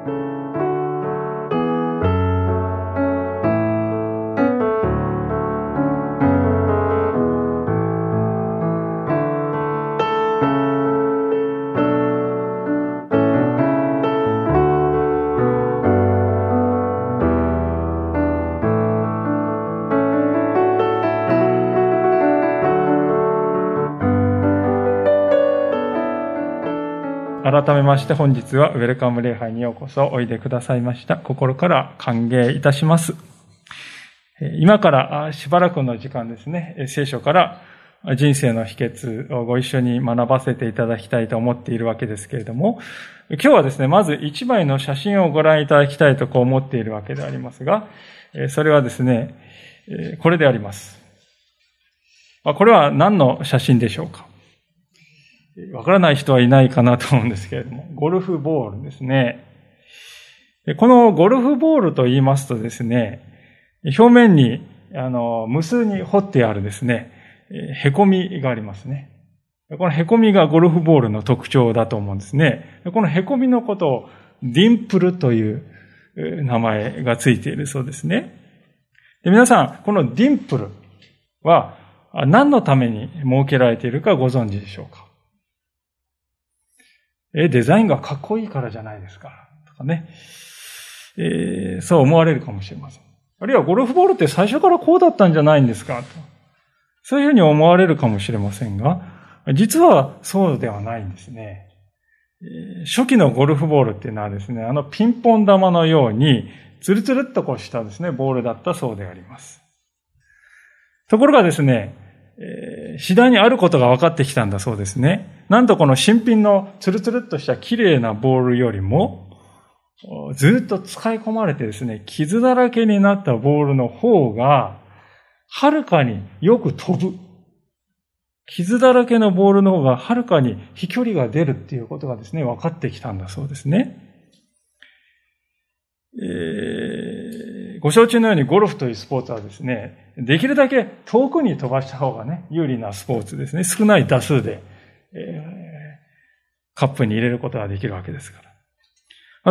改めまして本日はウェルカム礼拝にようこそおいでくださいました。心から歓迎いたします。今からしばらくの時間ですね、聖書から人生の秘訣をご一緒に学ばせていただきたいと思っているわけですけれども、今日はですね、まず一枚の写真をご覧いただきたいと思っているわけでありますが、それはですね、これであります。これは何の写真でしょうか？わからない人はいないかなと思うんですけれども、ゴルフボールですね。このゴルフボールと言いますとですね、表面に無数に彫ってあるですね、凹みがありますね。この凹みがゴルフボールの特徴だと思うんですね。この凹みのことをディンプルという名前がついているそうですね。で、皆さん、このディンプルは何のために設けられているかご存知でしょうか？デザインがかっこいいからじゃないですかとかね、そう思われるかもしれません。あるいはゴルフボールって最初からこうだったんじゃないんですかと、そういうふうに思われるかもしれませんが、実はそうではないんですね。初期のゴルフボールっていうのはですね、ピンポン玉のようにツルツルっとしたですね、ボールだったそうであります。ところがですね、次第にあることが分かってきたんだそうですね。なんとこの新品のツルツルっとした綺麗なボールよりも、ずっと使い込まれてですね、傷だらけになったボールの方が、はるかによく飛ぶ。傷だらけのボールの方がはるかに飛距離が出るっていうことがですね、分かってきたんだそうですね。ご承知のようにゴルフというスポーツはですね、できるだけ遠くに飛ばした方がね、有利なスポーツですね。少ない打数で、カップに入れることができるわけですから。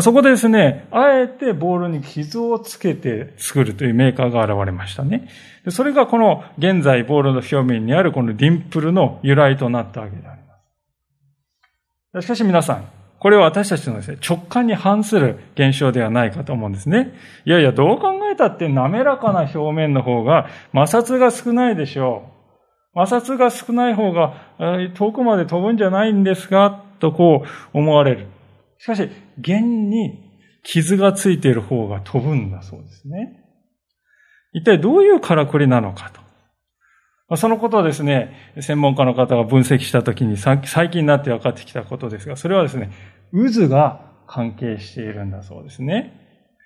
そこでですね、あえてボールに傷をつけて作るというメーカーが現れましたね。それがこの現在ボールの表面にあるこのディンプルの由来となったわけであります。しかし皆さん、これは私たちのですね、直感に反する現象ではないかと思うんですね。いやいや、どう考えたって滑らかな表面の方が摩擦が少ないでしょう。摩擦が少ない方が遠くまで飛ぶんじゃないんですかと思われる。しかし、現に傷がついている方が飛ぶんだそうですね。一体どういうからくりなのかと。そのことをですね、専門家の方が分析したときに最近になって分かってきたことですが、それはですね、渦が関係しているんだそうですね。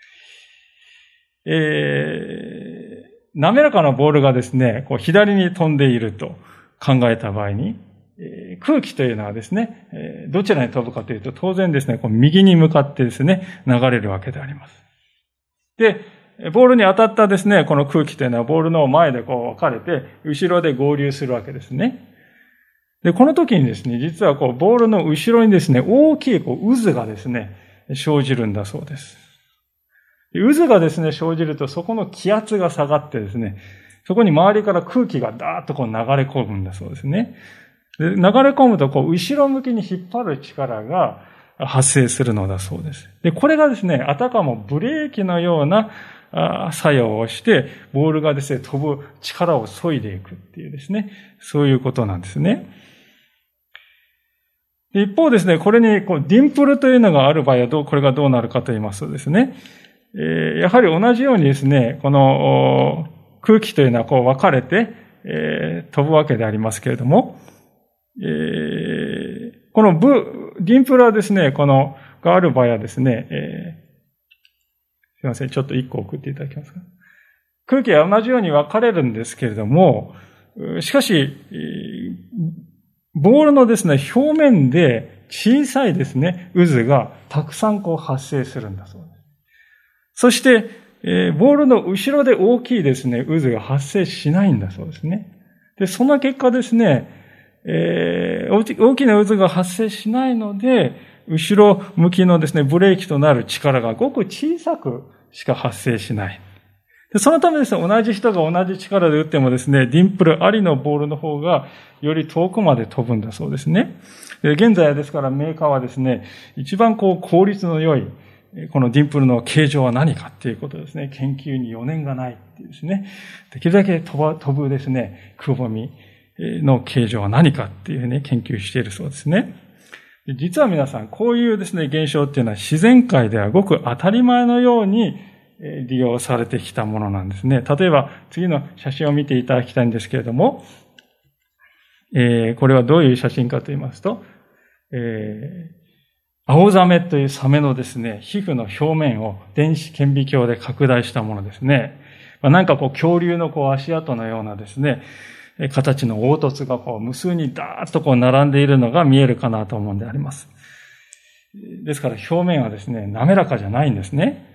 滑らかなボールがですね、左に飛んでいると考えた場合に、空気というのはですね、どちらに飛ぶかというと、当然ですね、右に向かってですね、流れるわけであります。で、ボールに当たったですね、この空気というのはボールの前で分かれて、後ろで合流するわけですね。で、この時にですね、実はボールの後ろにですね、大きい渦がですね、生じるんだそうです。渦がですね、生じると、そこの気圧が下がってですね、そこに周りから空気がダーッと流れ込むんだそうですね。で、流れ込むと、後ろ向きに引っ張る力が発生するのだそうです。で、これがですね、あたかもブレーキのような作用をして、ボールがですね、飛ぶ力を削いでいくっていうですね、そういうことなんですね。で、一方ですね、これにディンプルというのがある場合はこれがどうなるかと言いますとですね、やはり同じようにですね、この空気というのは分かれて、飛ぶわけでありますけれども、このディンプルはですね、がある場合はですね、すいません、ちょっと一個送っていただけますか。空気は同じように分かれるんですけれども、しかし、ボールのですね、表面で小さいですね、渦がたくさん発生するんだそうです。そして、ボールの後ろで大きいですね、渦が発生しないんだそうですね。で、その結果ですね、大きな渦が発生しないので、 後ろ向きのですね、ブレーキとなる力がごく小さくしか発生しない。でそのためですね、同じ人が同じ力で打ってもですね、ディンプルありのボールの方がより遠くまで飛ぶんだそうですね。で現在はですからメーカーはですね、一番効率の良いこのディンプルの形状は何かっていうことですね、研究に余念がないっていうですね、できるだけ飛ぶですね、くぼみの形状は何かっていうね、研究しているそうですね。実は皆さん、こういうですね、現象っていうのは自然界ではごく当たり前のように利用されてきたものなんですね。例えば、次の写真を見ていただきたいんですけれども、これはどういう写真かと言いますと、青ザメというサメのですね、皮膚の表面を電子顕微鏡で拡大したものですね。なんか恐竜の足跡のようなですね、形の凹凸が無数にダーッと並んでいるのが見えるかなと思うんであります。ですから表面はですね、滑らかじゃないんですね。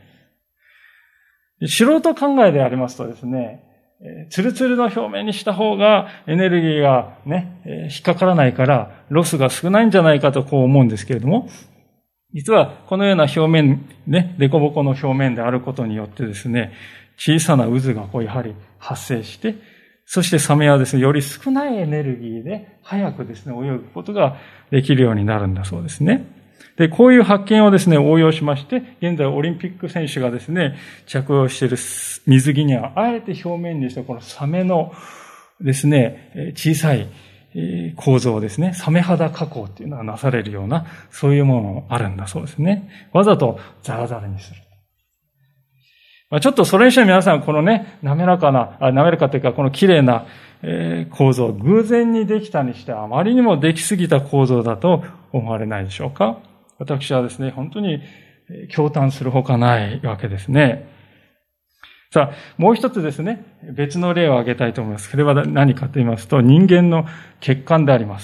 素人考えでありますとですね、ツルツルの表面にした方がエネルギーがね、引っかからないからロスが少ないんじゃないかと思うんですけれども、実はこのような表面、ね、凸凹の表面であることによってですね、小さな渦がやはり発生して、そしてサメはですね、より少ないエネルギーで早くですね、泳ぐことができるようになるんだそうですね。で、こういう発見をですね、応用しまして、現在オリンピック選手がですね、着用している水着には、あえて表面にしてこのサメのですね、小さい構造をですね、サメ肌加工っていうのがなされるような、そういうものもあるんだそうですね。わざとザラザラにする。ちょっとそれにして皆さん、このね、滑らかというか、この綺麗な構造、偶然にできたにしてあまりにもできすぎた構造だと思われないでしょうか。私はですね、本当に驚嘆するほかないわけですね。さあ、もう一つですね、別の例を挙げたいと思います。それは何かと言いますと、人間の血管であります。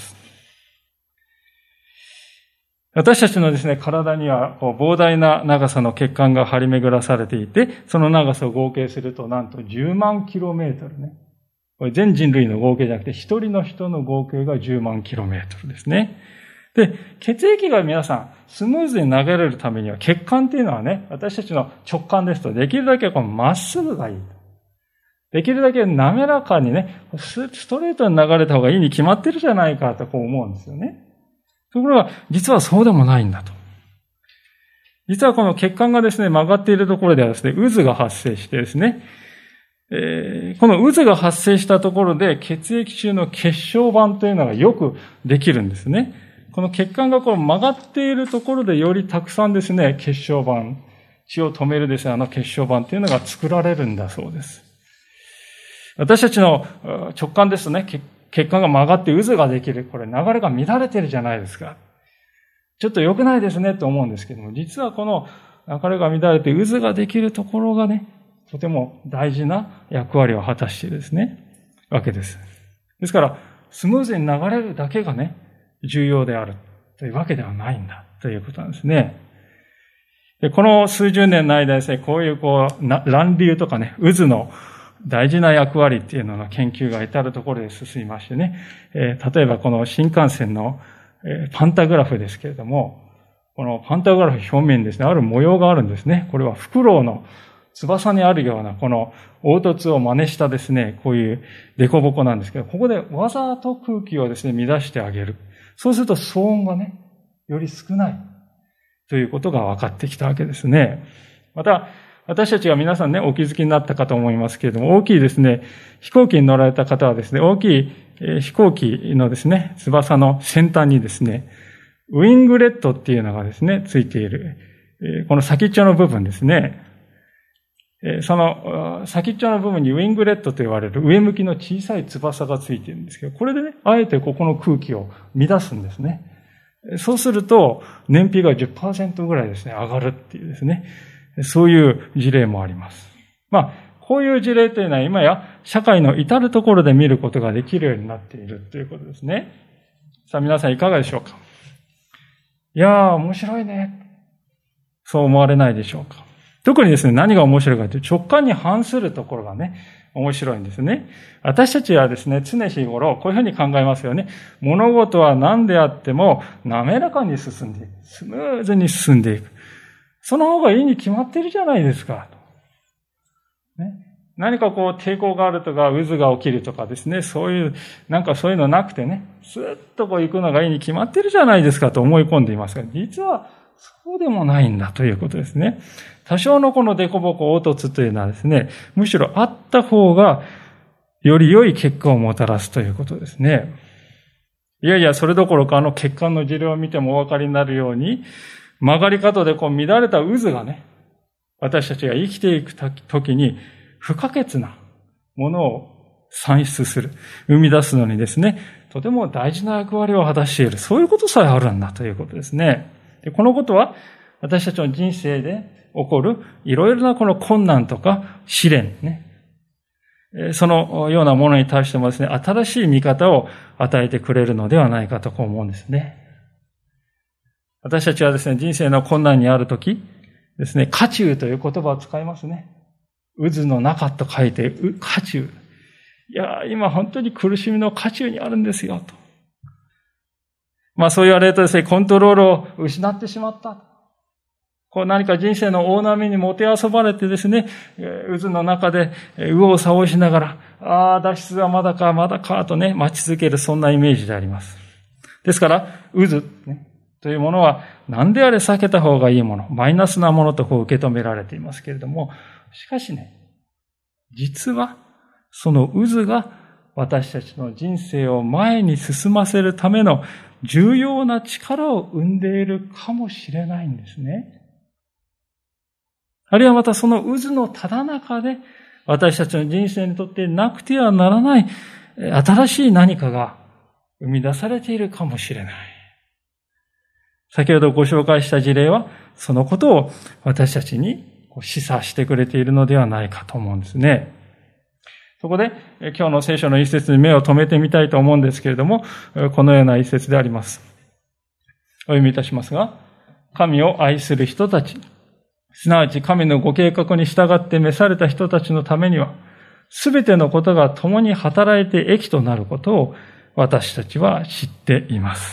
私たちのですね、体には膨大な長さの血管が張り巡らされていて、その長さを合計するとなんと10万キロメートルね。これ全人類の合計じゃなくて、一人の人の合計が10万キロメートルですね。で、血液が皆さん、スムーズに流れるためには、血管っていうのはね、私たちの直感ですと、できるだけまっすぐがいい。できるだけ滑らかにね、ストレートに流れた方がいいに決まってるじゃないかと思うんですよね。ところが、実はそうでもないんだと。実はこの血管がですね、曲がっているところではですね、渦が発生してですね、この渦が発生したところで血液中の血小板というのがよくできるんですね。この血管が曲がっているところでよりたくさんですね、血小板、血を止めるですね、血小板というのが作られるんだそうです。私たちの直感ですとね、血管が曲がって渦ができる。これ流れが乱れてるじゃないですか。ちょっと良くないですねと思うんですけども、実はこの流れが乱れて渦ができるところがね、とても大事な役割を果たしているですね、わけです。ですから、スムーズに流れるだけがね、重要であるというわけではないんだということなんですね。でこの数十年の間ですね、こういう乱流とかね、渦の大事な役割っていうのの研究が至るところで進みましてね、例えばこの新幹線のパンタグラフですけれども、このパンタグラフ表面にですね、ある模様があるんですね。これはフクロウの翼にあるようなこの凹凸を真似したですね、こういう凸凹なんですけど、ここでわざと空気をですね、乱してあげる。そうすると騒音がね、より少ないということが分かってきたわけですね。また、私たちが皆さんね、お気づきになったかと思いますけれども、大きいですね、飛行機に乗られた方はですね、大きい飛行機のですね、翼の先端にですね、ウィングレットっていうのがですね、ついている。この先っちょの部分ですね。その先っちょの部分にウィングレットと言われる上向きの小さい翼がついているんですけど、これでね、あえてここの空気を乱すんですね。そうすると、燃費が 10% ぐらいですね、上がるっていうですね、そういう事例もあります。こういう事例というのは今や社会の至るところで見ることができるようになっているということですね。さあ皆さんいかがでしょうか。いやー、面白いね。そう思われないでしょうか。特にですね、何が面白いかというと、直感に反するところがね、 面白いんですね。私たちはですね、常日頃、こういうふうに考えますよね。物事は何であっても、滑らかに進んでいく。スムーズに進んでいく。その方がいいに決まってるじゃないですか。ね、何か抵抗があるとか、渦が起きるとかですね、そういうのなくてね、スーッと行くのがいいに決まってるじゃないですかと思い込んでいますが、実はそうでもないんだということですね。多少のこの凸凹凹凸というのはですね、むしろあった方がより良い結果をもたらすということですね。いやいや、それどころか血管の事例を見てもお分かりになるように、曲がり角で乱れた渦がね、私たちが生きていくときに不可欠なものを産出する、生み出すのにですね、とても大事な役割を果たしている。そういうことさえあるんだということですね。で、このことは私たちの人生で起こるいろいろなこの困難とか試練ね、そのようなものに対してもですね、新しい見方を与えてくれるのではないかと思うんですね。私たちはですね、人生の困難にあるときですね、渦中という言葉を使いますね。渦の中と書いて、渦中。いや、今本当に苦しみの渦中にあるんですよ、と。そう言われるとですね、コントロールを失ってしまった。何か人生の大波にもてあそばれてですね、渦の中で右往左往しながら、脱出はまだかとね、待ち続ける、そんなイメージであります。ですから、渦、ね、というものは何であれ避けた方がいいもの、マイナスなものと受け止められていますけれども、しかしね、実はその渦が私たちの人生を前に進ませるための重要な力を生んでいるかもしれないんですね。あるいはまたその渦のただ中で私たちの人生にとってなくてはならない新しい何かが生み出されているかもしれない。先ほどご紹介した事例はそのことを私たちに示唆してくれているのではないかと思うんですね。そこで今日の聖書の一節に目を留めてみたいと思うんですけれども、このような一節であります。お読みいたしますが、神を愛する人たち、すなわち神のご計画に従って召された人たちのためには、すべてのことが共に働いて益となることを私たちは知っています。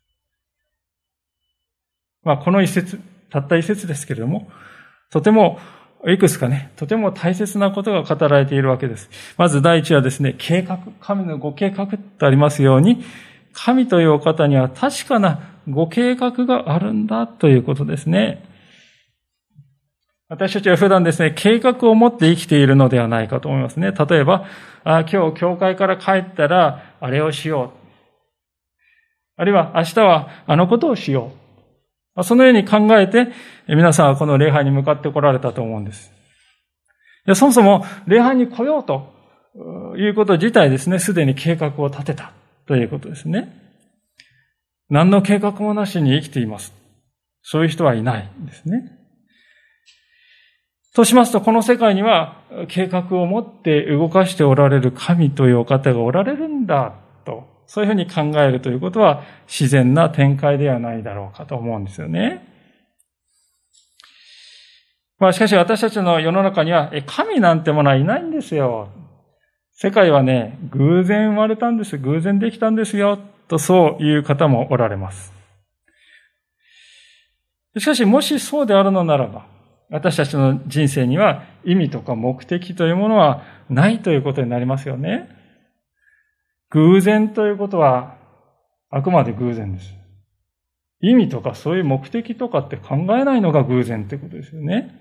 この一節、たった一節ですけれども、とても大切なことが語られているわけです。まず第一はですね、計画、神のご計画とありますように、神というお方には確かなご計画があるんだということですね。私たちは普段ですね、計画を持って生きているのではないかと思いますね。例えば、今日教会から帰ったらあれをしよう。あるいは明日はあのことをしよう。そのように考えて、皆さんはこの礼拝に向かって来られたと思うんです。そもそも礼拝に来ようということ自体ですね、すでに計画を立てたということですね。何の計画もなしに生きています。そういう人はいないんですね。としますと、この世界には計画を持って動かしておられる神というお方がおられるんだと、そういうふうに考えるということは自然な展開ではないだろうかと思うんですよね。しかし私たちの世の中には神なんてものはいないんですよ。世界はね、偶然生まれたんです。偶然できたんですよ。とそういう方もおられます。しかしもしそうであるのならば、私たちの人生には意味とか目的というものはないということになりますよね。偶然ということはあくまで偶然です。意味とかそういう目的とかって考えないのが偶然ということですよね。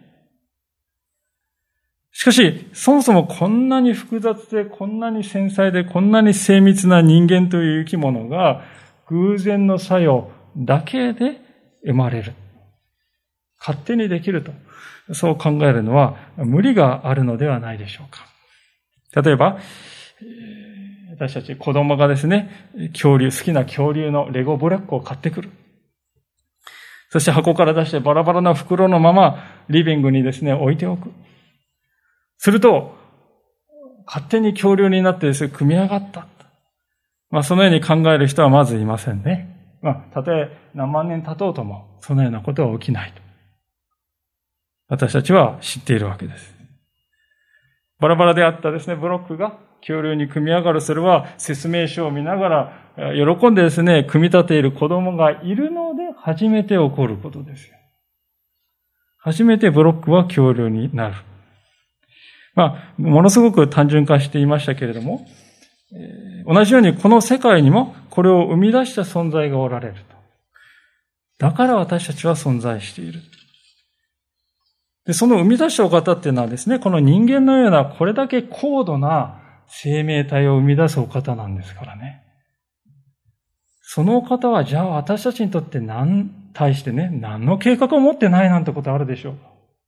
しかし、そもそもこんなに複雑で、こんなに繊細で、こんなに精密な人間という生き物が偶然の作用だけで生まれる。勝手にできると。そう考えるのは無理があるのではないでしょうか。例えば、私たち子供がですね、好きな恐竜のレゴブロックを買ってくる。そして箱から出してバラバラな袋のままリビングにですね、置いておく。すると、勝手に恐竜になってですね、組み上がった。そのように考える人はまずいませんね。たとえ何万年経とうとも、そのようなことは起きないと。私たちは知っているわけです。 バラバラであったですね、ブロックが恐竜に組み上がる。それは説明書を見ながら喜んでですね、組み立ている子供がいるので初めて起こることですよ。初めてブロックは恐竜になる。ものすごく単純化していましたけれども、同じようにこの世界にもこれを生み出した存在がおられると。だから私たちは存在している。で、その生み出したお方っていうのはですね、この人間のようなこれだけ高度な生命体を生み出すお方なんですからね。そのお方はじゃあ私たちにとって対してね、何の計画を持ってないなんてことあるでしょうか。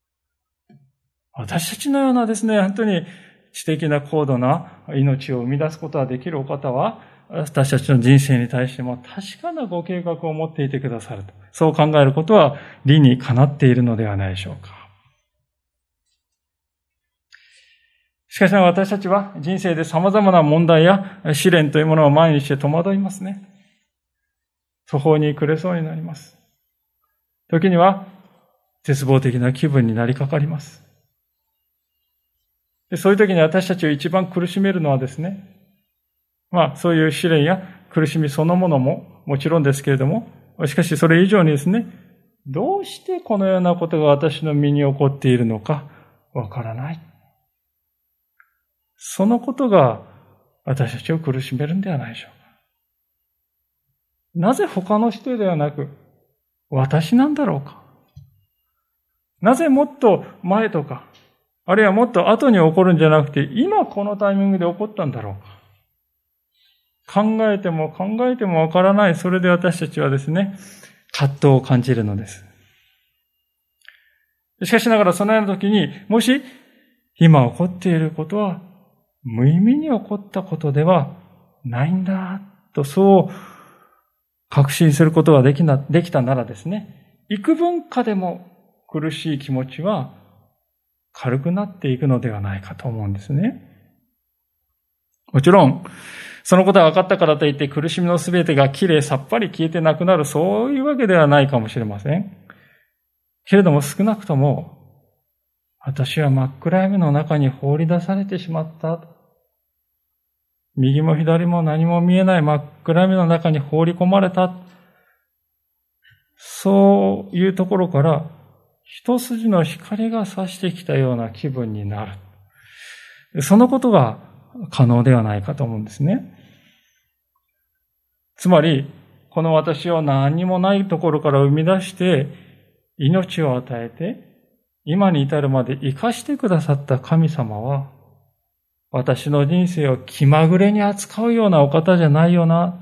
私たちのようなですね、本当に知的な高度な命を生み出すことができるお方は、私たちの人生に対しても確かなご計画を持っていてくださると。そう考えることは理にかなっているのではないでしょうか。しかし私たちは人生で様々な問題や試練というものを前にして戸惑いますね。途方に暮れそうになります。時には絶望的な気分になりかかります。で、そういう時に私たちを一番苦しめるのはですね、そういう試練や苦しみそのものももちろんですけれども、しかしそれ以上にですね、どうしてこのようなことが私の身に起こっているのかわからない。そのことが私たちを苦しめるんではないでしょうか。なぜ他の人ではなく私なんだろうか。なぜもっと前とか、あるいはもっと後に起こるんじゃなくて、今このタイミングで起こったんだろうか。考えても考えてもわからない。それで私たちはですね、葛藤を感じるのです。しかしながらそのような時に、もし今起こっていることは無意味に起こったことではないんだと、そう確信することができたならですね、幾分かでも苦しい気持ちは軽くなっていくのではないかと思うんですね。もちろん、そのことが分かったからといって苦しみのすべてがきれいさっぱり消えてなくなる、そういうわけではないかもしれません。けれども少なくとも、私は真っ暗闇の中に放り出されてしまった。右も左も何も見えない真っ暗闇の中に放り込まれた。そういうところから、一筋の光が差してきたような気分になる。そのことが可能ではないかと思うんですね。つまり、この私を何にもないところから生み出して、命を与えて、今に至るまで生かしてくださった神様は、私の人生を気まぐれに扱うようなお方じゃないよな。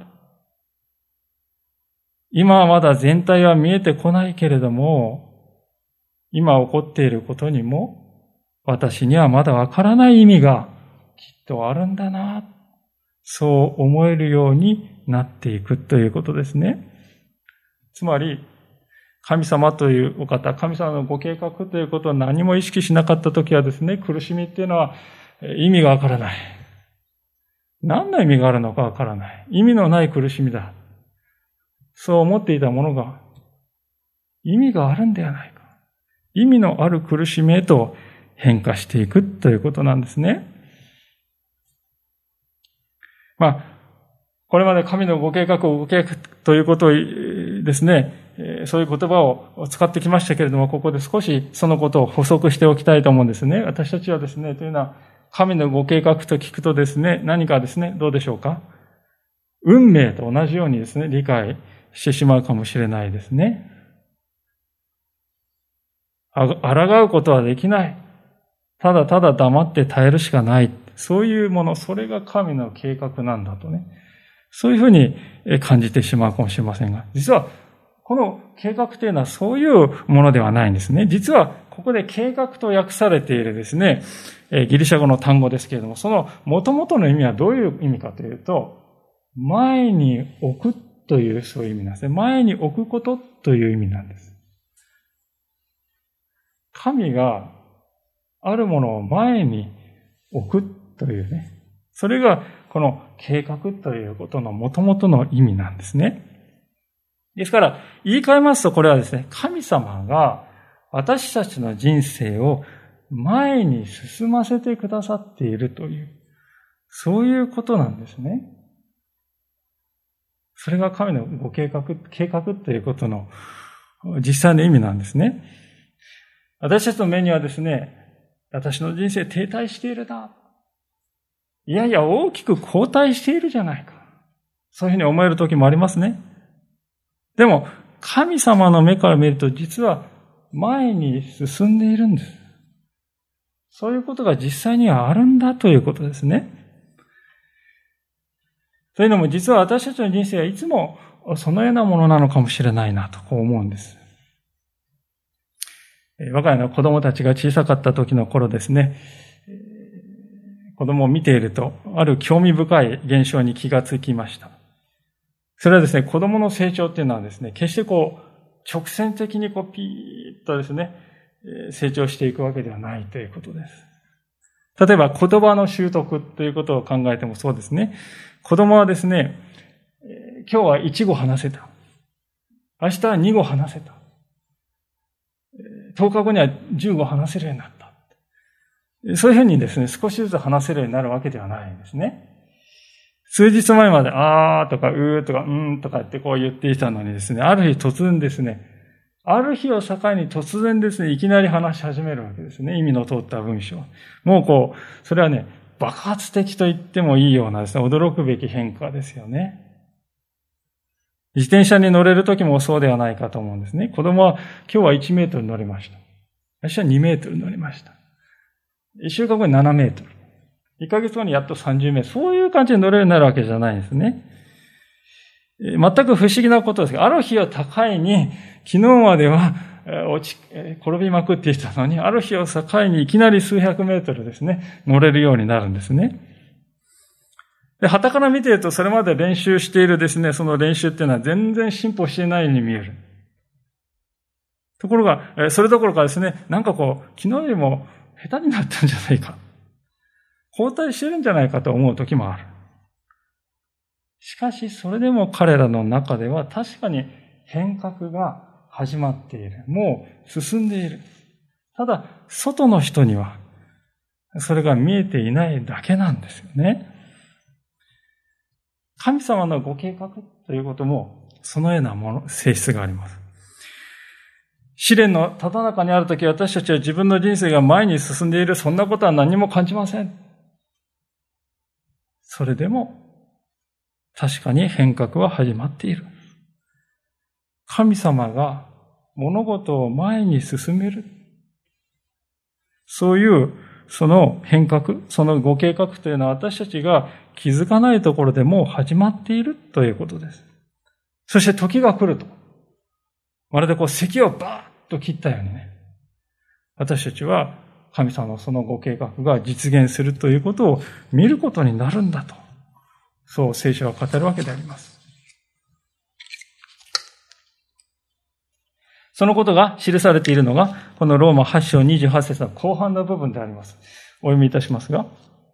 今はまだ全体は見えてこないけれども、今起こっていることにも、私にはまだわからない意味がきっとあるんだな。そう思えるようになっていくということですね。つまり、神様というお方、神様のご計画ということを何も意識しなかったときはですね、苦しみっていうのは意味がわからない。何の意味があるのかわからない。意味のない苦しみだ。そう思っていたものが、意味があるんではないか。意味のある苦しみへと変化していくということなんですね。これまで神のご計画を受けということをですね、そういう言葉を使ってきましたけれども、ここで少しそのことを補足しておきたいと思うんですね。私たちはですね、というのは、神のご計画と聞くとですね、何かですね、どうでしょうか？運命と同じようにですね、理解してしまうかもしれないですね。抗うことはできない。ただただ黙って耐えるしかない。そういうもの、それが神の計画なんだとね。そういうふうに感じてしまうかもしれませんが、実はこの計画というのはそういうものではないんですね。実はここで計画と訳されているですね、ギリシャ語の単語ですけれども、その元々の意味はどういう意味かというと、前に置くというそういう意味なんですね。前に置くことという意味なんです。神があるものを前に置くというね、それがこの計画ということの元々の意味なんですね。ですから、言い換えますとこれはですね、神様が私たちの人生を前に進ませてくださっているという、そういうことなんですね。それが神のご計画ということの実際の意味なんですね。私たちの目にはですね、私の人生停滞しているな。いやいや、大きく後退しているじゃないか。そういうふうに思える時もありますね。でも、神様の目から見ると実は前に進んでいるんです。そういうことが実際にはあるんだということですね。というのも実は私たちの人生はいつもそのようなものなのかもしれないなとこう思うんです。我が家の子供たちが小さかった時の頃ですね、子供を見ているとある興味深い現象に気がつきました。それはですね、子供の成長っていうのはですね、決して直線的にピーッとですね、成長していくわけではないということです。例えば言葉の習得ということを考えてもそうですね。子供はですね、今日は1語話せた。明日は2語話せた。10日後には10語話せるようになった。そういうふうにですね、少しずつ話せるようになるわけではないんですね。数日前まで、あーとか、うーとか、とかって言っていたのにですね、ある日突然ですね、ある日を境に突然ですね、いきなり話し始めるわけですね。意味の通った文章。もうそれはね、爆発的と言ってもいいようなですね、驚くべき変化ですよね。自転車に乗れる時もそうではないかと思うんですね。子供は今日は1メートル乗りました。明日は2メートル乗りました。1週間後に7メートル。1ヶ月後にやっと30メートル。そういう感じで乗れるようになるわけじゃないんですね。全く不思議なことですが、ある日を境に、昨日までは転びまくっていたのに、ある日を境にいきなり数百メートルですね、乗れるようになるんですね。で、傍から見ていると、それまで練習しているですね、その練習っていうのは全然進歩していないように見える。ところが、それどころかですね、昨日よりも下手になったんじゃないか。後退してるんじゃないかと思う時もある。しかし、それでも彼らの中では確かに変革が始まっている。もう進んでいる。ただ、外の人には、それが見えていないだけなんですよね。神様のご計画ということも、そのような性質があります。試練のただ中にあるとき、私たちは自分の人生が前に進んでいる、そんなことは何も感じません。それでも、確かに変革は始まっている。神様が物事を前に進める。そういうその変革、そのご計画というのは私たちが気づかないところでもう始まっているということです。そして時が来ると。まるで咳をバーッと切ったようにね。私たちは神様のそのご計画が実現するということを見ることになるんだと。そう聖書は語るわけであります。そのことが記されているのが、このローマ8章28節の後半の部分であります。お読みいたしますが、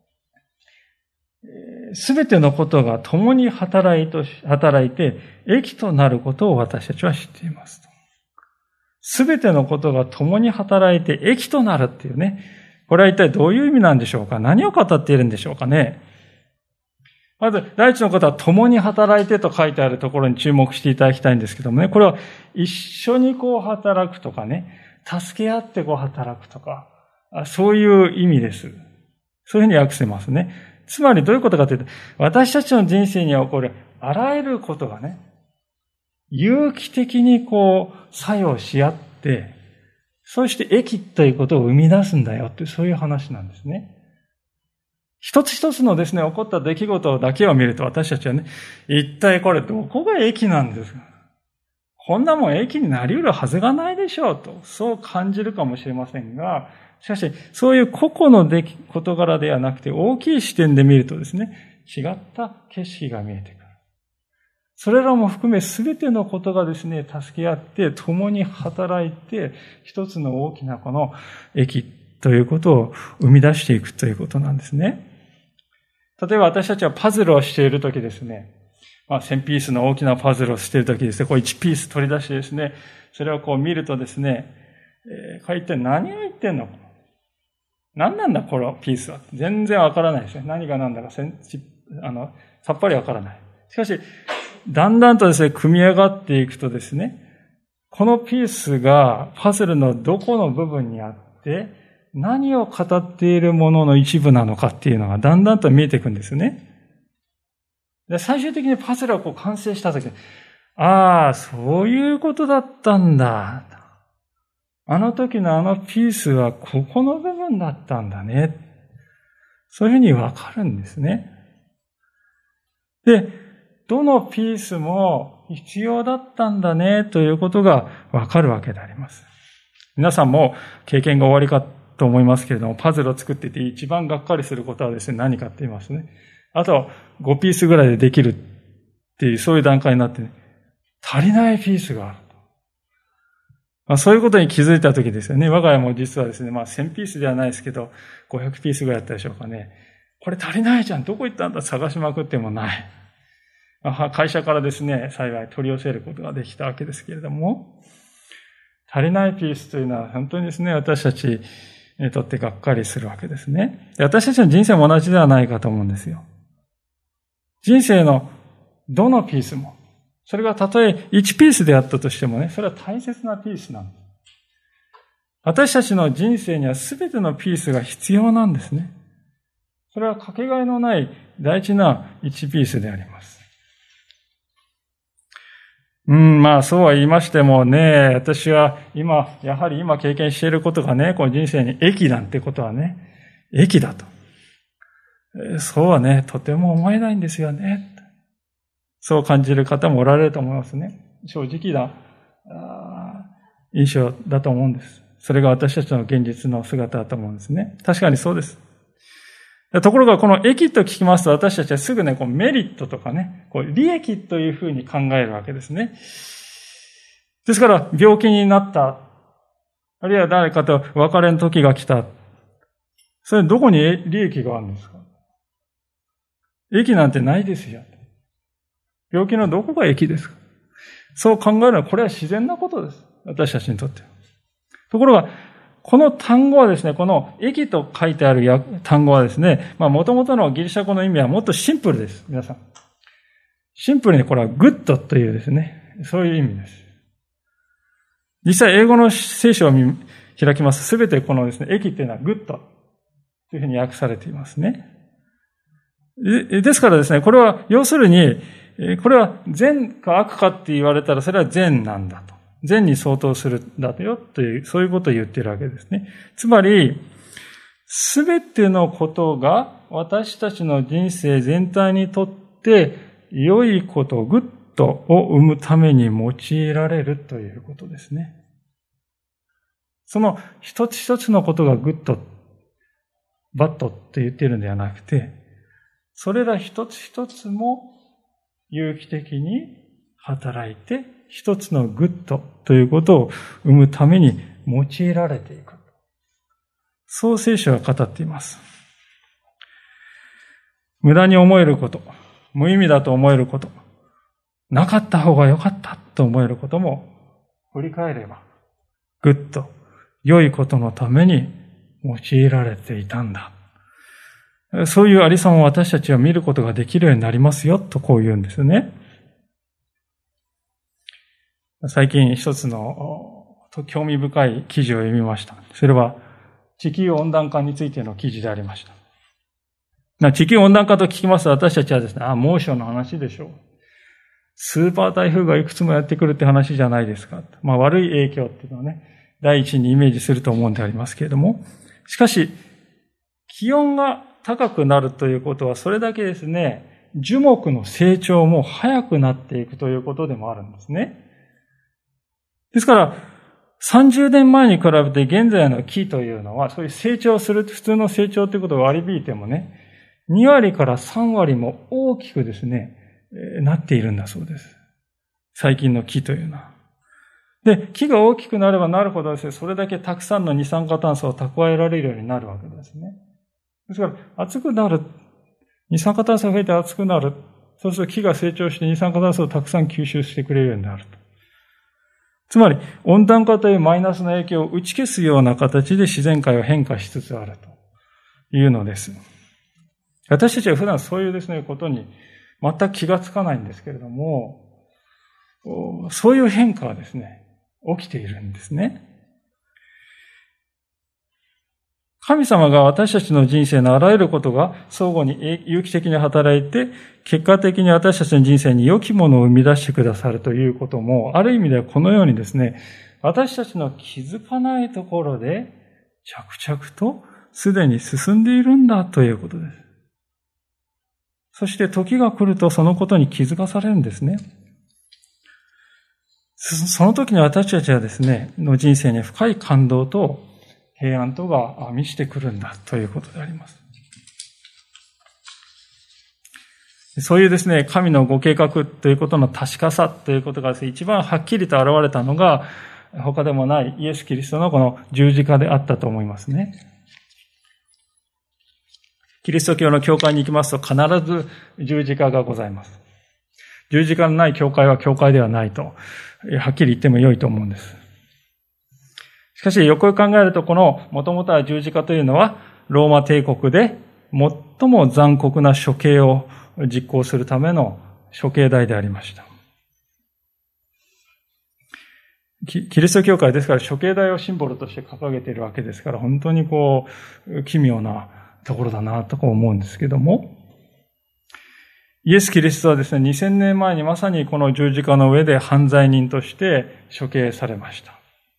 すべてのことが共に働いて益となることを私たちは知っています。すべてのことが共に働いて益となるっていうね。これは一体どういう意味なんでしょうか？何を語っているんでしょうかね？まず、第一のことは共に働いてと書いてあるところに注目していただきたいんですけどもね。これは一緒に働くとかね。助け合って働くとか。そういう意味です。そういうふうに訳せますね。つまりどういうことかというと、私たちの人生に起こるあらゆることがね、有機的に作用し合って、そして益ということを生み出すんだよって、そういう話なんですね。一つ一つのですね、起こった出来事だけを見ると私たちはね、一体これどこが益なんですか？こんなもん益になり得るはずがないでしょうと、そう感じるかもしれませんが、しかし、そういう個々の事柄ではなくて、大きい視点で見るとですね、違った景色が見えてくる。それらも含め全てのことがですね、助け合って、共に働いて、一つの大きなこの益ということを生み出していくということなんですね。例えば私たちはパズルをしているときですね、1000ピースの大きなパズルをしているときですね、1ピース取り出してですね、それを見るとですね、一体何を言ってんのか。 何なんだこのピースは。全然わからないですね。何が何だかさっぱりわからない。しかし、だんだんとですね、組み上がっていくとですね、このピースがパズルのどこの部分にあって、何を語っているものの一部なのかっていうのがだんだんと見えていくんですね。で、最終的にパズルが完成したとき、ああ、そういうことだったんだ。あの時のあのピースはここの部分だったんだね。そういうふうにわかるんですね。で、どのピースも必要だったんだねということがわかるわけであります。皆さんも経験が終わりかと思いますけれども、パズルを作っていて一番がっかりすることはですね、何かって言いますね。あと5ピースぐらいでできるっていう、そういう段階になって、ね、足りないピースがある。そういうことに気づいたときですよね。我が家も実はですね、1000ピースではないですけど、500ピースぐらいだったでしょうかね。これ足りないじゃん。どこ行ったんだ探しまくってもない。会社からですね、幸い取り寄せることができたわけですけれども、足りないピースというのは本当にですね、私たちにとってがっかりするわけですね。私たちの人生も同じではないかと思うんですよ。人生のどのピースも、それがたとえ1ピースであったとしてもね、それは大切なピースなんです。私たちの人生には全てのピースが必要なんですね。それはかけがえのない大事な1ピースであります。そうは言いましてもね、私はやはり今経験していることがね、この人生に益なんてことはね、益だと。そうはね、とても思えないんですよね。そう感じる方もおられると思いますね。正直な印象だと思うんです。それが私たちの現実の姿だと思うんですね。確かにそうです。ところがこの益と聞きますと私たちはすぐね、メリットとかね、利益というふうに考えるわけですね。ですから病気になった、あるいは誰かと別れの時が来た。それどこに利益があるんですか？益なんてないですよ。病気のどこが益ですか？そう考えるのはこれは自然なことです。私たちにとって。ところが、この単語はですね、この益と書いてある単語はですね、もともとのギリシャ語の意味はもっとシンプルです。皆さん。シンプルにこれはグッドというですね、そういう意味です。実際英語の聖書を開きます。すべてこのですね、益っていうのはグッドというふうに訳されていますね。ですからですね、これは要するに、これは善か悪かって言われたらそれは善なんだと。善に相当するんだよという、そういうことを言っているわけですね。つまり、すべてのことが私たちの人生全体にとって良いこと、グッドを生むために用いられるということですね。その一つ一つのことがグッド、バッドって言っているのではなくて、それら一つ一つも有機的に働いて、一つのグッドということを生むために用いられていく。そう聖書は語っています。無駄に思えること、無意味だと思えること、なかった方が良かったと思えることも振り返れば、グッド、良いことのために用いられていたんだ。そういうありさまを私たちは見ることができるようになりますよとこう言うんですね。最近一つの興味深い記事を読みました。それは地球温暖化についての記事でありました。地球温暖化と聞きますと私たちはですね、猛暑の話でしょう。スーパー台風がいくつもやってくるって話じゃないですか。悪い影響っていうのはね、第一にイメージすると思うんでありますけれども、しかし気温が高くなるということはそれだけですね、樹木の成長も早くなっていくということでもあるんですね。ですから、30年前に比べて現在の木というのは、そういう成長する、普通の成長ということを割り引いてもね、2割から3割も大きくですね、なっているんだそうです。最近の木というのは。で、木が大きくなればなるほどですね、それだけたくさんの二酸化炭素を蓄えられるようになるわけですね。ですから、暑くなる。二酸化炭素が増えて暑くなる。そうすると木が成長して二酸化炭素をたくさん吸収してくれるようになると。つまり、温暖化というマイナスの影響を打ち消すような形で自然界は変化しつつあると。 いうのです。私たちは普段そういうですね、ことに全く気がつかないんですけれども、そういう変化はですね、起きているんですね。神様が私たちの人生のあらゆることが相互に有機的に働いて、結果的に私たちの人生に良きものを生み出してくださるということも、ある意味ではこのようにですね、私たちの気づかないところで着々とすでに進んでいるんだということです。そして時が来るとそのことに気づかされるんですね。その時に私たちはですね、の人生に深い感動と平安とが満ちてくるんだということであります。そういうですね、神のご計画ということの確かさということがですね、一番はっきりと現れたのが、他でもないイエス・キリストのこの十字架であったと思いますね。キリスト教の教会に行きますと必ず十字架がございます。十字架のない教会は教会ではないと、はっきり言っても良いと思うんです。しかし、よくよく考えると、この元々は十字架というのは、ローマ帝国で最も残酷な処刑を実行するための処刑台でありました。キリスト教会ですから処刑台をシンボルとして掲げているわけですから、本当に奇妙なところだなと思うんですけども、イエス・キリストはですね、2000年前にまさにこの十字架の上で犯罪人として処刑されました。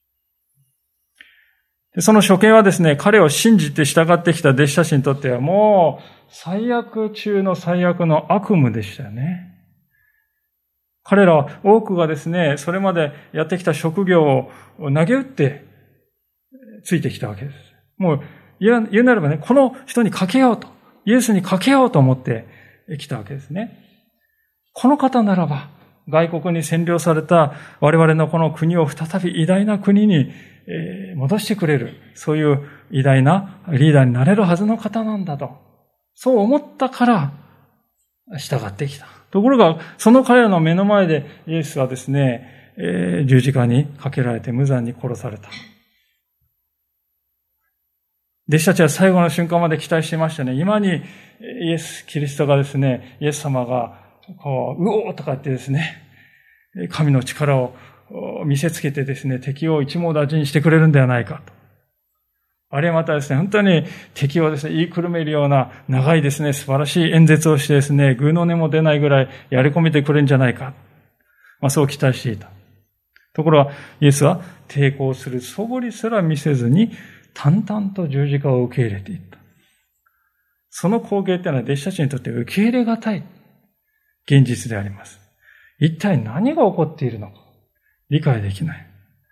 でその処刑はですね、彼を信じて従ってきた弟子たちにとってはもう最悪中の最悪の悪夢でしたよね。彼らは多くがですね、それまでやってきた職業を投げ打ってついてきたわけです。もう言うなればね、この人にかけようと、イエスにかけようと思って来たわけですね。この方ならば、外国に占領された我々のこの国を再び偉大な国に戻してくれる、そういう偉大なリーダーになれるはずの方なんだと、そう思ったから従ってきた。ところが、その彼らの目の前でイエスはですね、十字架にかけられて無残に殺された。弟子たちは最後の瞬間まで期待していましたね。今にイエス・キリストがですね、イエス様がうおーとか言ってですね、神の力を見せつけてですね、敵を一網打尽にしてくれるんではないかと。あれまたですね、本当に敵をですね、言いくるめるような長いですね、素晴らしい演説をしてですね、ぐうの音も出ないぐらいやり込めてくれるんじゃないか。そう期待していた。ところが、イエスは抵抗する素振りすら見せずに、淡々と十字架を受け入れていった。その光景というのは弟子たちにとって受け入れがたい現実であります。一体何が起こっているのか理解できない。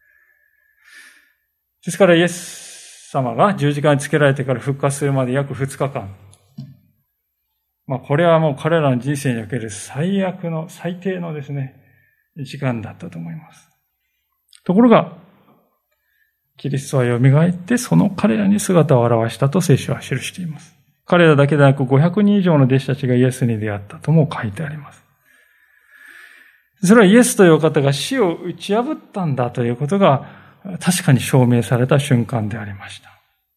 ですからイエス様が十字架につけられてから復活するまで約2日間。これはもう彼らの人生における最悪の、最低のですね、時間だったと思います。ところが、キリストは蘇ってその彼らに姿を現したと聖書は記しています。彼らだけでなく500人以上の弟子たちがイエスに出会ったとも書いてあります。それはイエスというお方が死を打ち破ったんだということが確かに証明された瞬間でありました。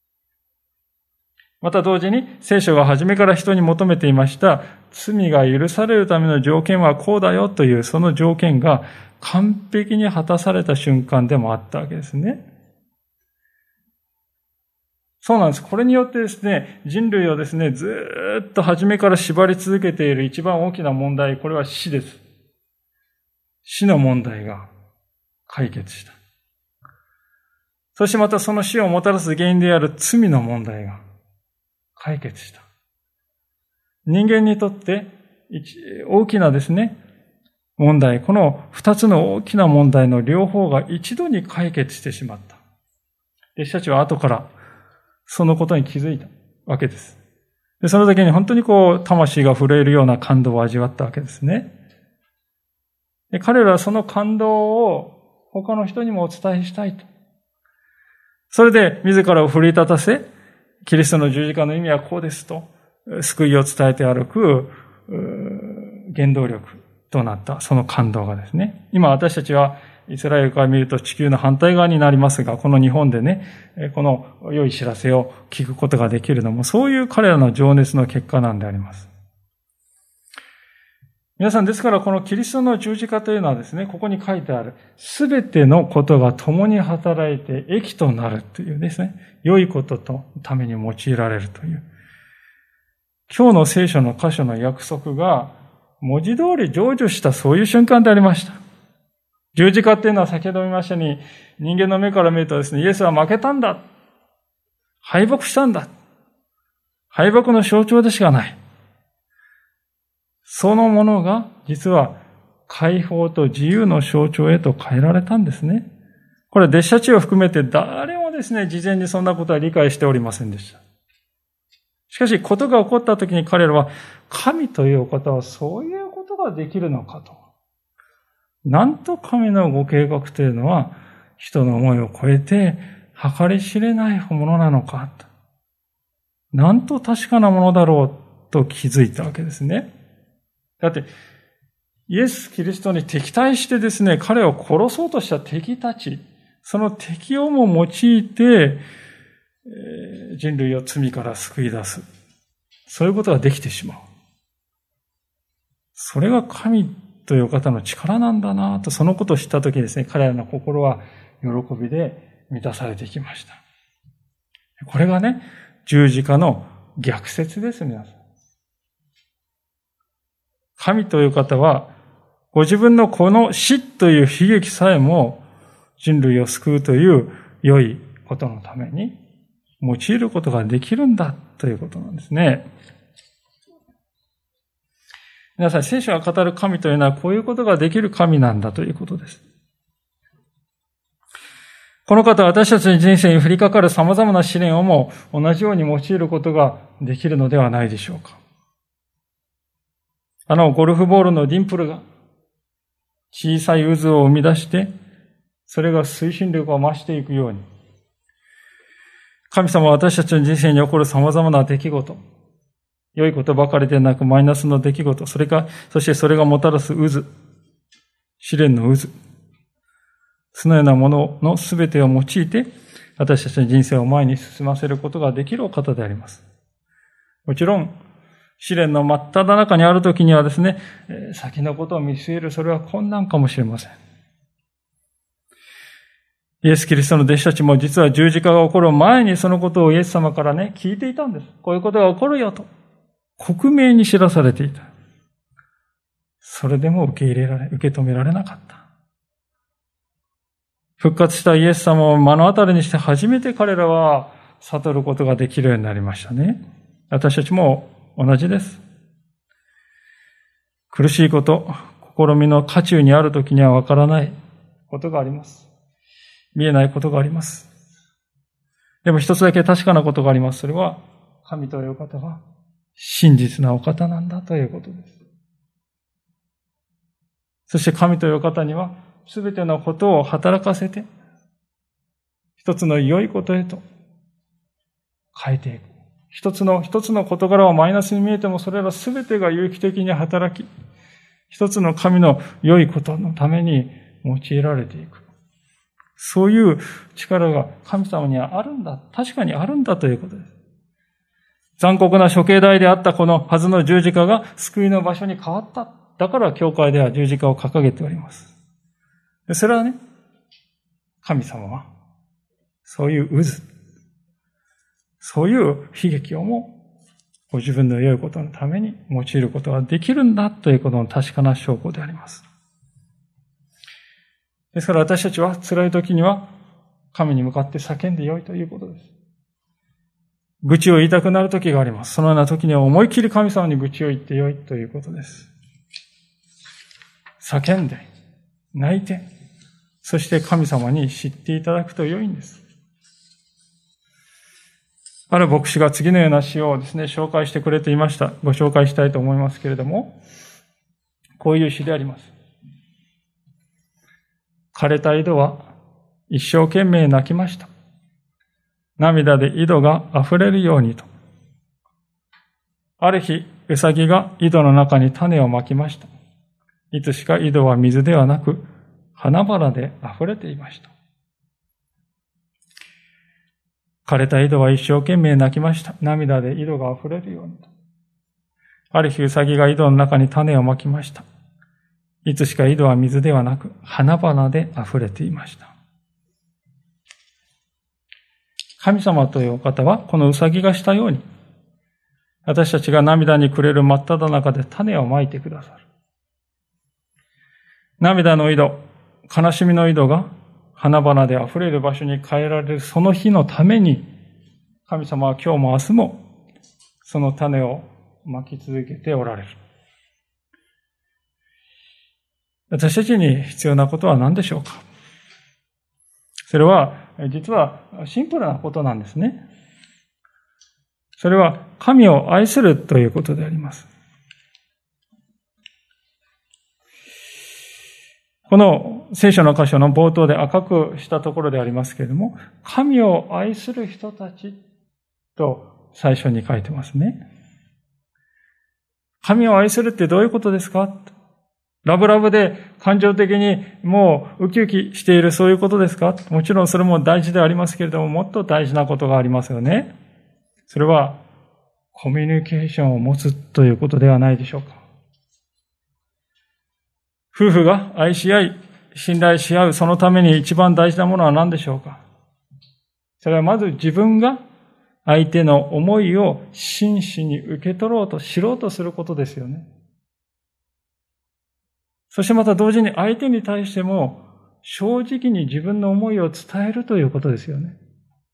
また同時に聖書が初めから人に求めていました罪が許されるための条件はこうだよというその条件が完璧に果たされた瞬間でもあったわけですね。そうなんです。これによってですね、人類をですね、ずっと初めから縛り続けている一番大きな問題、これは死です。死の問題が解決した。そしてまたその死をもたらす原因である罪の問題が解決した。人間にとって大きなですね、問題、この二つの大きな問題の両方が一度に解決してしまった。弟子たちは後からそのことに気づいたわけです。でその時に本当に魂が震えるような感動を味わったわけですね。で彼らはその感動を他の人にもお伝えしたいと。それで自らを奮い立たせ、キリストの十字架の意味はこうですと、救いを伝えて歩く原動力となったその感動がですね、今私たちはイスラエルから見ると地球の反対側になりますが、この日本でね、この良い知らせを聞くことができるのも、そういう彼らの情熱の結果なんであります。皆さん、ですからこのキリストの十字架というのはですね、ここに書いてある、すべてのことが共に働いて益となるというですね、良いことのために用いられるという。今日の聖書の箇所の約束が、文字通り成就したそういう瞬間でありました。十字架っていうのは先ほど見ましたように、人間の目から見るとですね、イエスは負けたんだ。敗北したんだ。敗北の象徴でしかない。そのものが実は解放と自由の象徴へと変えられたんですね。これは弟子たちを含めて誰もですね、事前にそんなことは理解しておりませんでした。しかし、ことが起こった時に彼らは、神というお方はそういうことができるのかと。なんと神のご計画というのは、人の思いを超えて、計り知れないものなのかと。なんと確かなものだろうと気づいたわけですね。だって、イエス・キリストに敵対してですね、彼を殺そうとした敵たち、その敵をも用いて、人類を罪から救い出す。そういうことができてしまう。それが神という方の力なんだなと、そのことを知ったときですね、彼らの心は喜びで満たされていきました。これがね、十字架の逆説です、皆さん。神という方は、ご自分のこの死という悲劇さえも人類を救うという良いことのために用いることができるんだということなんですね。皆さん、聖書が語る神というのはこういうことができる神なんだということです。この方は私たちの人生に降りかかる様々な試練をも同じように用いることができるのではないでしょうか。ゴルフボールのディンプルが小さい渦を生み出して、それが推進力を増していくように、神様は私たちの人生に起こる様々な出来事、良いことばかりでなくマイナスの出来事、そしてそれがもたらす渦、試練の渦、そのようなもののすべてを用いて、私たちの人生を前に進ませることができるお方であります。もちろん、試練の真っ只中にあるときにはですね、先のことを見据える、それは困難かもしれません。イエス・キリストの弟子たちも実は十字架が起こる前にそのことをイエス様からね、聞いていたんです。こういうことが起こるよと。克明に知らされていた。それでも受け止められなかった。復活したイエス様を目の当たりにして初めて彼らは悟ることができるようになりましたね。私たちも同じです。苦しいこと、試みの渦中にあるときにはわからないことがあります。見えないことがあります。でも一つだけ確かなことがあります。それは、神というお方は真実なお方なんだということです。そして神というお方には、すべてのことを働かせて、一つの良いことへと変えていく。一つの事柄はマイナスに見えても、それらすべてが有機的に働き、一つの神の良いことのために用いられていく。そういう力が神様にはあるんだ。確かにあるんだということです。残酷な処刑台であったこのはずの十字架が救いの場所に変わった。だから教会では十字架を掲げております。それはね、神様はそういう渦、そういう悲劇をもご自分の良いことのために用いることができるんだということの確かな証拠であります。ですから私たちは辛い時には神に向かって叫んでよいということです。愚痴を言いたくなる時があります。そのような時には思いっきり神様に愚痴を言ってよいということです。叫んで、泣いて、そして神様に知っていただくと良いんです。ある牧師が次のような詩をですね、紹介してくれていました。ご紹介したいと思いますけれども、こういう詩であります。枯れた井戸は一生懸命泣きました。涙で井戸が溢れるようにと。ある日、ウサギが井戸の中に種をまきました。いつしか井戸は水ではなく、 花々で溢れていました。枯れた井戸は一生懸命泣きました。涙で井戸が溢れるようにと。ある日、ウサギが井戸の中に種をまきました。いつしか井戸は水ではなく、花々で溢れていました。神様というお方は、このウサギがしたように、私たちが涙に暮れる真っ只中で種をまいてくださる。涙の井戸、悲しみの井戸が花々で溢れる場所に変えられるその日のために、神様は今日も明日もその種をまき続けておられる。私たちに必要なことは何でしょうか？それは実はシンプルなことなんですね。それは神を愛するということであります。この聖書の箇所の冒頭で赤くしたところでありますけれども、神を愛する人たちと最初に書いてますね。神を愛するってどういうことですか？ラブラブで感情的にもうウキウキしているそういうことですか？もちろんそれも大事でありますけれども、もっと大事なことがありますよね。それはコミュニケーションを持つということではないでしょうか。夫婦が愛し合い、信頼し合う、そのために一番大事なものは何でしょうか？それはまず自分が相手の思いを真摯に受け取ろうと、知ろうとすることですよね。そしてまた同時に相手に対しても正直に自分の思いを伝えるということですよね。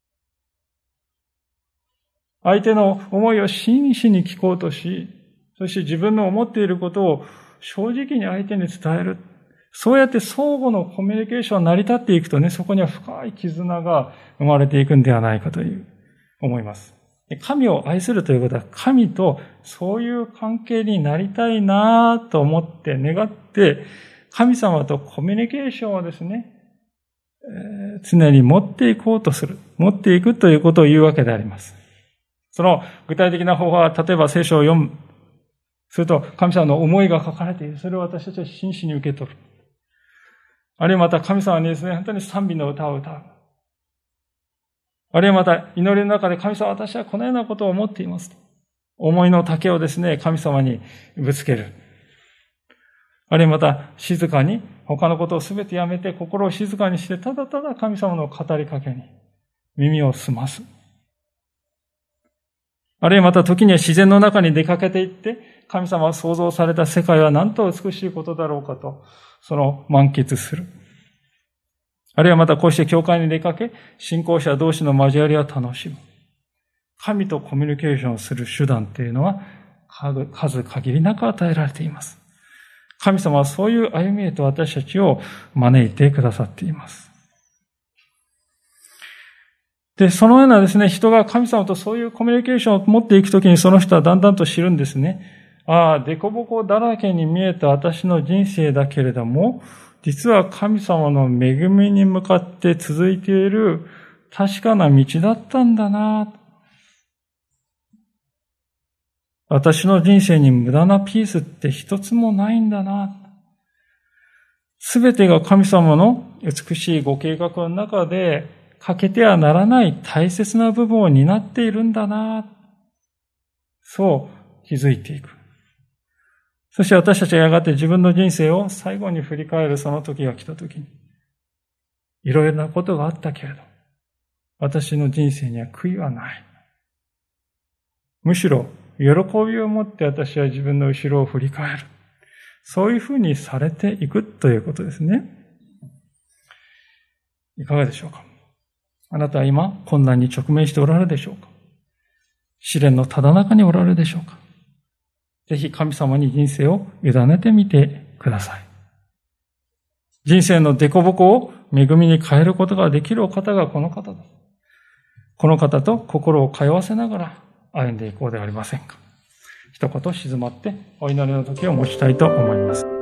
相手の思いを真摯に聞こうとし、そして自分の思っていることを正直に相手に伝える。そうやって相互のコミュニケーションが成り立っていくとね、そこには深い絆が生まれていくんではないかと思います。神を愛するということは、神とそういう関係になりたいなと思って願って、神様とコミュニケーションをですね、常に持っていこうとする、持っていくということを言うわけであります。その具体的な方法は、例えば聖書を読む。すると神様の思いが書かれている。それを私たちは真摯に受け取る。あるいはまた神様にですね、本当に賛美の歌を歌う。あるいはまた祈りの中で神様、私はこのようなことを思っています。思いの丈をですね、神様にぶつける。あるいはまた静かに他のことをすべてやめて心を静かにして、ただただ神様の語りかけに耳を澄ます。あるいはまた時には自然の中に出かけていって、神様が創造された世界はなんと美しいことだろうかと、その満喫する。あるいはまたこうして教会に出かけ、信仰者同士の交わりを楽しむ。神とコミュニケーションをする手段っていうのは数限りなく与えられています。神様はそういう歩みへと私たちを招いてくださっています。で、そのようなですね、人が神様とそういうコミュニケーションを持っていくときに、その人はだんだんと知るんですね。ああ、凸凹だらけに見えた私の人生だけれども、実は神様の恵みに向かって続いている確かな道だったんだな。私の人生に無駄なピースって一つもないんだな。すべてが神様の美しいご計画の中で欠けてはならない大切な部分を担っているんだな。そう気づいていく。そして私たちはやがて自分の人生を最後に振り返るその時が来た時に、いろいろなことがあったけれど、私の人生には悔いはない。むしろ、喜びを持って私は自分の後ろを振り返る。そういうふうにされていくということですね。いかがでしょうか。あなたは今、困難に直面しておられるでしょうか。試練のただ中におられるでしょうか。ぜひ神様に人生を委ねてみてください。人生の凸凹を恵みに変えることができるお方がこの方です。この方と心を通わせながら歩んでいこうではありませんか。一言静まってお祈りの時を持ちたいと思います。